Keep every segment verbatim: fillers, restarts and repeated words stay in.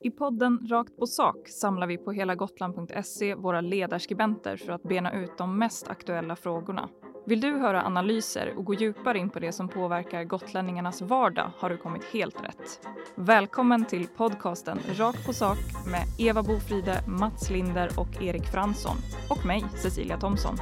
I podden Rakt på sak samlar vi på hela gotland punkt se våra ledarskribenter för att bena ut de mest aktuella frågorna. Vill du höra analyser och gå djupare in på det som påverkar gotlänningarnas vardag har du kommit helt rätt. Välkommen till podcasten Rakt på sak med Eva Bofride, Mats Linder och Erik Fransson. Och mig, Cecilia Thomsson.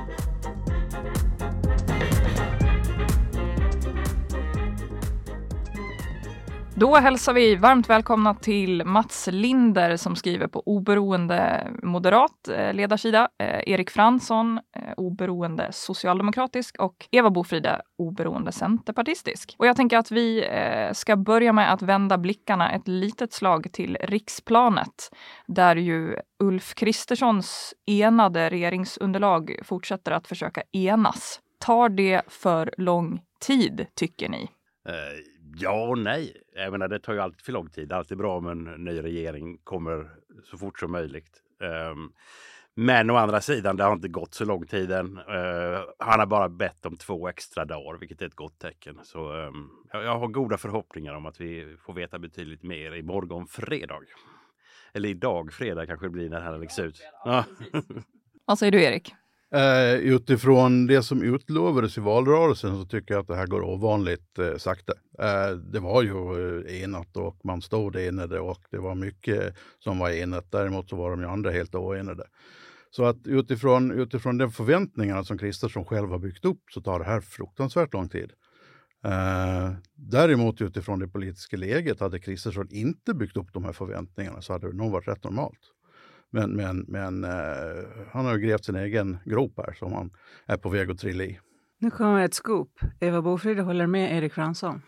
Då hälsar vi varmt välkomna till Mats Linder som skriver på oberoende moderat ledarsida, Erik Fransson oberoende socialdemokratisk och Eva Bofride oberoende centerpartistisk. Och jag tänker att vi ska börja med att vända blickarna ett litet slag till riksplanet där ju Ulf Kristerssons enade regeringsunderlag fortsätter att försöka enas. Tar det för lång tid, tycker ni? Uh, ja och nej. Jag menar, det tar ju alltid för lång tid. Det är alltid bra om en ny regering kommer så fort som möjligt. Um, men å andra sidan, det har inte gått så lång tid än. Uh, han har bara bett om två extra dagar, vilket är ett gott tecken. Så um, jag, jag har goda förhoppningar om att vi får veta betydligt mer i morgon fredag. Eller idag fredag kanske det blir när det här läggs ut. Ja. Vad säger du, Erik? Uh, utifrån det som utlovades i valrörelsen så tycker jag att det här går ovanligt uh, sakta. Uh, det var ju uh, enat och man stod enade och det var mycket som var enat. Däremot så var de ju andra helt oenade. Så att utifrån, utifrån de förväntningarna som Kristersson själv har byggt upp så tar det här fruktansvärt lång tid. Uh, däremot utifrån det politiska läget hade Kristersson inte byggt upp de här förväntningarna så hade det nog varit rätt normalt. Men, men, men eh, han har ju grävt sin egen grop här som han är på väg att trilla i. Nu kommer ett scoop. Eva Bofride håller med Erik Fransson.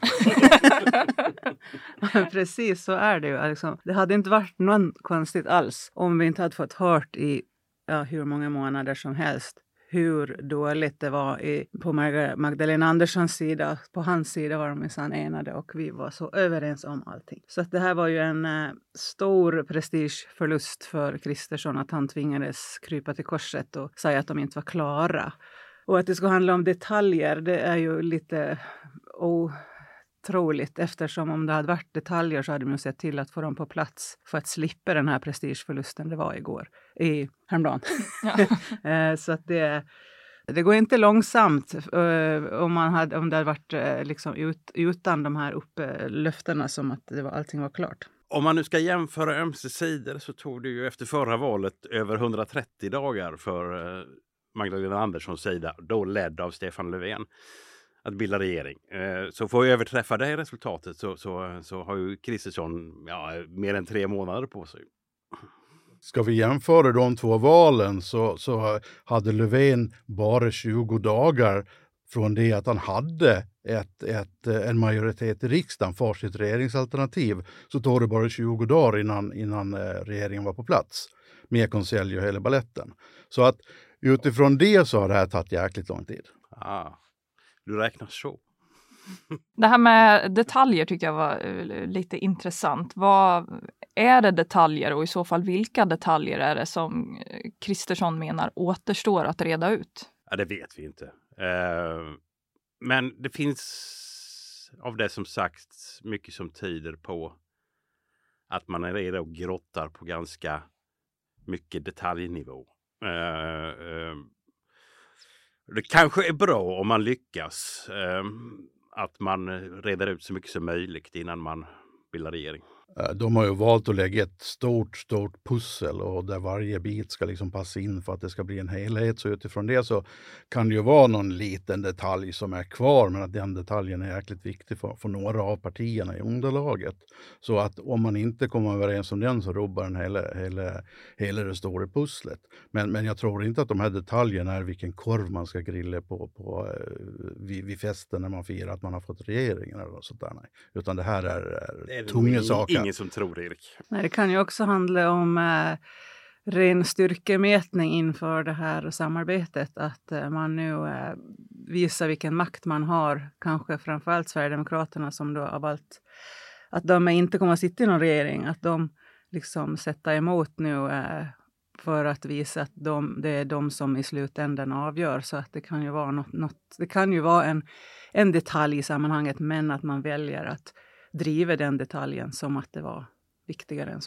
Precis så är det ju. Liksom. Det hade inte varit något konstigt alls om vi inte hade fått hört i ja, hur många månader som helst hur dåligt det var i, på Magdalena Anderssons sida. På hans sida var de minsann enade och vi var så överens om allting. Så att det här var ju en eh, stor prestigeförlust för Kristersson att han tvingades krypa till korset och säga att de inte var klara. Och att det ska handla om detaljer, det är ju lite otroligt eftersom om det hade varit detaljer så hade man sett till att få dem på plats för att slippa den här prestigeförlusten det var igår. I häromdagen. Ja. Så att det, det går inte långsamt om, man hade, om det hade varit liksom ut, utan de här uppe löftena som att det var, allting var klart. Om man nu ska jämföra ömse sidor så tog det ju efter förra valet över hundratrettio dagar för Magdalena Anderssons sida, då ledd av Stefan Löfven, att bilda regering. Så får vi överträffa det här resultatet så, så, så har ju Kristersson ja, mer än tre månader på sig. Ska vi jämföra de två valen så, så hade Löfven bara tjugo dagar från det att han hade ett, ett, en majoritet i riksdagen för sitt regeringsalternativ. Så tog det bara tjugo dagar innan, innan regeringen var på plats med konselj och hela balletten. Så att utifrån det så har det här tagit jäkligt lång tid. Ah, du räknar så. Det här med detaljer tyckte jag var lite intressant. Vad är det detaljer och i så fall vilka detaljer är det som Kristersson menar återstår att reda ut? Ja, det vet vi inte. Uh, men det finns av det som sagt mycket som tyder på att man är redo och grottar på ganska mycket detaljnivå. Uh, uh, det kanske är bra om man lyckas uh, att man reder ut så mycket som möjligt innan man bildar regering. De har ju valt att lägga ett stort, stort pussel och där varje bit ska liksom passa in för att det ska bli en helhet. Så utifrån det så kan det ju vara någon liten detalj som är kvar, men att den detaljen är jäkligt viktig för, för några av partierna i underlaget. Så att om man inte kommer överens om den så rubbar den hela, hela, hela det stora pusslet. Men, men jag tror inte att de här detaljerna är vilken korv man ska grilla på, på vid, vid festen när man firar att man har fått regeringen eller något sånt där. Nej. Utan det här är, är, det är tunga saker. Ingen som tror, Erik. Nej, det kan ju också handla om eh, ren styrkemätning inför det här samarbetet. Att eh, man nu eh, visar vilken makt man har. Kanske framförallt Sverigedemokraterna som då har valt att de inte kommer att sitta i någon regering. Att de liksom sätter emot nu eh, för att visa att de, det är de som i slutändan avgör. Så att det kan ju vara något, något det kan ju vara en, en detalj i sammanhanget, men att man väljer att driva den detaljen som att det var viktigare än så.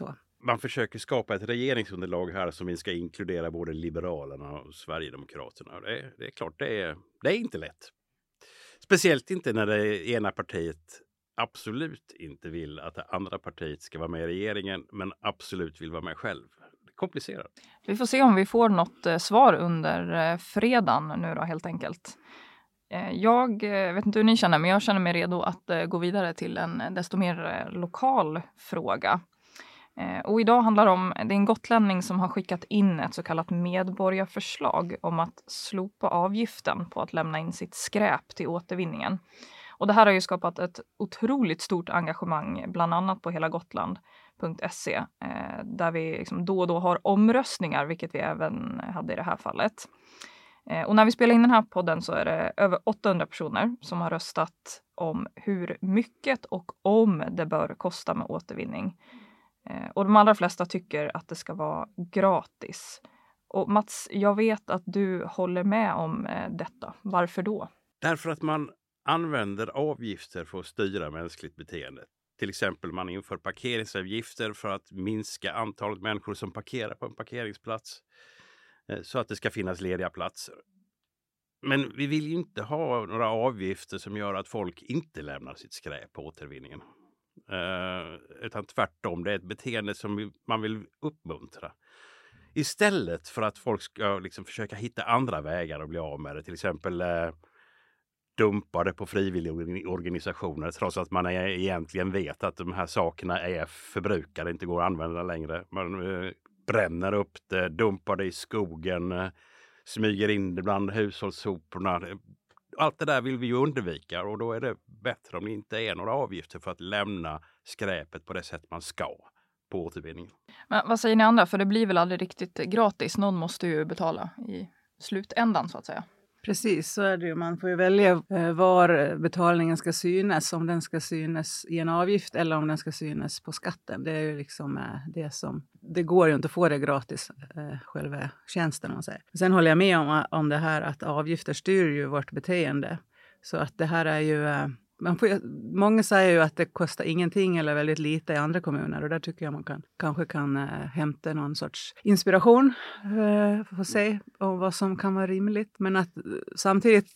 man försöker skapa ett regeringsunderlag här som vi ska inkludera både Liberalerna och Sverigedemokraterna. Det är, det är klart, det är, det är inte lätt. Speciellt inte när det ena partiet absolut inte vill att det andra partiet ska vara med i regeringen, men absolut vill vara med själv. Det är komplicerat. Vi får se om vi får något eh, svar under eh, fredagen nu då, helt enkelt. Eh, jag eh, vet inte hur ni känner, men jag känner mig redo att eh, gå vidare till en desto mer eh, lokal fråga. Eh, och idag handlar det om, det är en gotlänning som har skickat in ett så kallat medborgarförslag om att slopa avgiften på att lämna in sitt skräp till återvinningen. Och det här har ju skapat ett otroligt stort engagemang, bland annat på hela gotland punkt se, eh, där vi liksom då och då har omröstningar, vilket vi även hade i det här fallet. Eh, och när vi spelar in den här podden så är det över åttahundra personer som har röstat om hur mycket och om det bör kosta med återvinning. Eh, och de allra flesta tycker att det ska vara gratis. Och Mats, jag vet att du håller med om eh, detta. Varför då? Därför att man använder avgifter för att styra mänskligt beteende. Till exempel man inför parkeringsavgifter för att minska antalet människor som parkerar på en parkeringsplats. Eh, så att det ska finnas lediga platser. Men vi vill ju inte ha några avgifter som gör att folk inte lämnar sitt skräp på återvinningen. Uh, utan tvärtom, det är ett beteende som man vill uppmuntra. Istället för att folk ska liksom försöka hitta andra vägar att bli av med det. Till exempel uh, dumpa det på frivilliga organisationer trots att man är, egentligen vet att de här sakerna är förbrukade, inte går att använda längre. Man uh, bränner upp det, dumpar det i skogen, uh, smyger in det bland hushållssoporna. Allt det där vill vi ju undvika och då är det bättre om det inte är några avgifter för att lämna skräpet på det sätt man ska på återvinningen. Men vad säger ni andra? För det blir väl aldrig riktigt gratis. Någon måste ju betala i slutändan så att säga. Precis, så är det ju. Man får ju välja var betalningen ska synas. Om den ska synas i en avgift eller om den ska synas på skatten. Det är ju liksom det som... Det går ju inte att få det gratis, själva tjänsten om man säger. Sen håller jag med om, om det här att avgifter styr ju vårt beteende. Så att det här är ju... Man får, många säger ju att det kostar ingenting eller väldigt lite i andra kommuner. Och där tycker jag man kan, kanske kan äh, hämta någon sorts inspiration äh, för att se om vad som kan vara rimligt. Men att samtidigt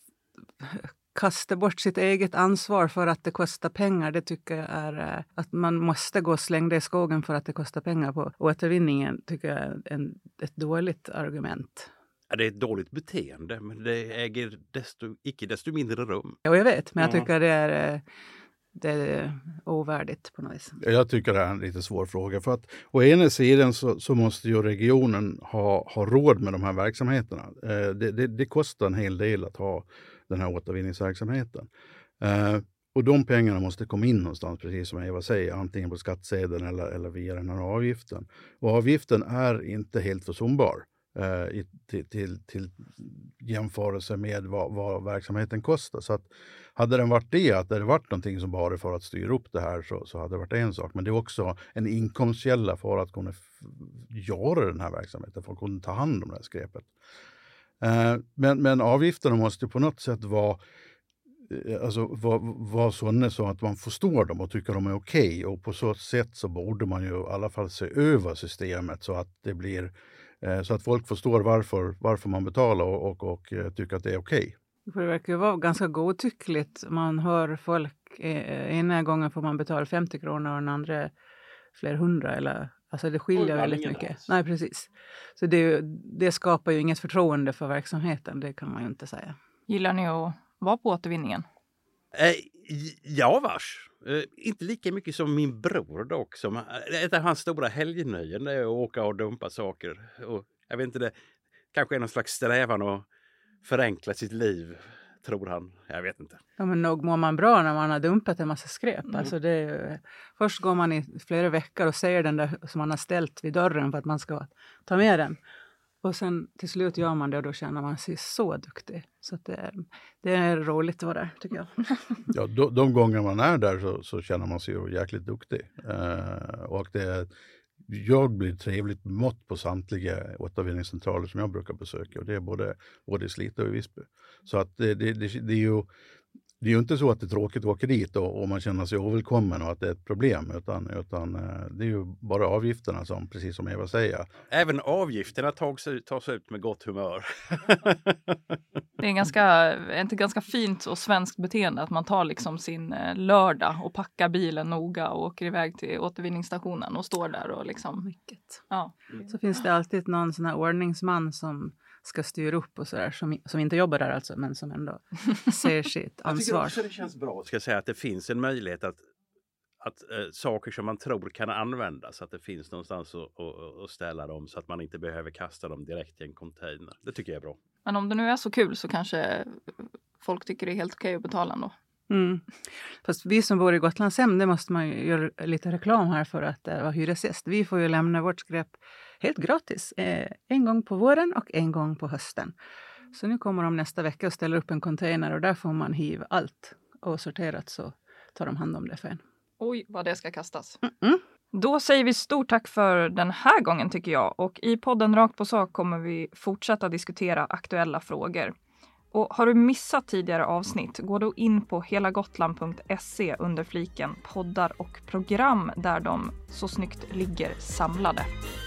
kasta bort sitt eget ansvar för att det kostar pengar. Det tycker jag är äh, att man måste gå och slänga det i skogen för att det kostar pengar på återvinningen. Tycker jag är en, ett dåligt argument. Ja, det är ett dåligt beteende, men det äger desto, icke desto mindre rum. Ja, jag vet, men jag tycker det är, det är ovärdigt på något vis. Jag tycker det är en lite svår fråga. För att å ena sidan så, så måste ju regionen ha, ha råd med de här verksamheterna. Eh, det, det, det kostar en hel del att ha den här återvinningsverksamheten. Eh, och de pengarna måste komma in någonstans, precis som Eva säger, antingen på skattsedeln eller, eller via den här avgiften. Och avgiften är inte helt försumbar. I, till, till, till jämförelse med vad, vad verksamheten kostar. Så att hade den varit det, att det hade varit någonting som bara för att styra upp det här så, så hade det varit en sak. Men det är också en inkomstkälla för att kunna f- göra den här verksamheten, för att kunna ta hand om det här skräpet. Eh, men, men avgifterna måste på något sätt vara alltså vara var sådana så att man förstår dem och tycker de är okej. Okay. Och på så sätt så borde man ju i alla fall se över systemet så att det blir så att folk förstår varför, varför man betalar och, och, och tycker att det är okej. Okay. Det verkar ju vara ganska godtyckligt. Man hör folk, ena gången får man betala femtio kronor och den andra fler hundra. Eller, alltså det skiljer oh, väldigt mycket. Alls. Nej, precis. Så det, det skapar ju inget förtroende för verksamheten, det kan man ju inte säga. Gillar ni att vara på återvinningen? Eh, ja, vars. Eh, inte lika mycket som min bror dock. Som, ett av hans stora helgnöjen är att åka och dumpa saker. Och jag vet inte, det kanske är någon slags strävan att förenkla sitt liv, tror han. Jag vet inte. Ja, men nog mår man bra när man har dumpat en massa skräp. Mm. Alltså det är ju, först går man i flera veckor och ser den där som man har ställt vid dörren för att man ska ta med den. Och sen till slut gör man det och då känner man sig så duktig. Så att det, är, det är roligt att vara där, tycker jag. Ja, de, de gånger man är där så, så känner man sig ju jäkligt duktig. Uh, och det, jag blir trevligt mått på samtliga återvinningscentraler som jag brukar besöka. Och det är både, både i Slite och i Visby. Så att det, det, det, det är ju... det är ju inte så att det är tråkigt att åka dit och, och man känner sig ovälkommen och att det är ett problem, utan, utan det är ju bara avgifterna som, precis som Eva säger. Även avgifterna tas ut, tas ut med gott humör. Det är ganska, ett ganska fint och svenskt beteende att man tar liksom sin lördag och packar bilen noga och åker iväg till återvinningsstationen och står där och liksom... Mycket. Ja. Så finns det alltid någon sån här ordningsman som ska styra upp och sådär, som, som inte jobbar där alltså, men som ändå ser sitt ansvar. Jag tycker också det känns bra, ska jag säga, att det finns en möjlighet att, att äh, saker som man tror kan användas, att det finns någonstans att, att, att ställa dem så att man inte behöver kasta dem direkt i en container. Det tycker jag är bra. Men om det nu är så kul så kanske folk tycker det är helt okej att betala ändå. Mm. Fast vi som bor i Gotlandshem, det måste man ju göra lite reklam här för att uh, vara hyresgäst. Vi får ju lämna vårt skräp helt gratis. Eh, en gång på våren och en gång på hösten. Så nu kommer de nästa vecka och ställer upp en container och där får man hiva allt. Och sorterat så tar de hand om det för en. Oj, vad det ska kastas. Mm-mm. Då säger vi stort tack för den här gången tycker jag. Och i podden Rakt på sak kommer vi fortsätta diskutera aktuella frågor. Och har du missat tidigare avsnitt, gå då in på helagotland punkt se under fliken poddar och program där de så snyggt ligger samlade.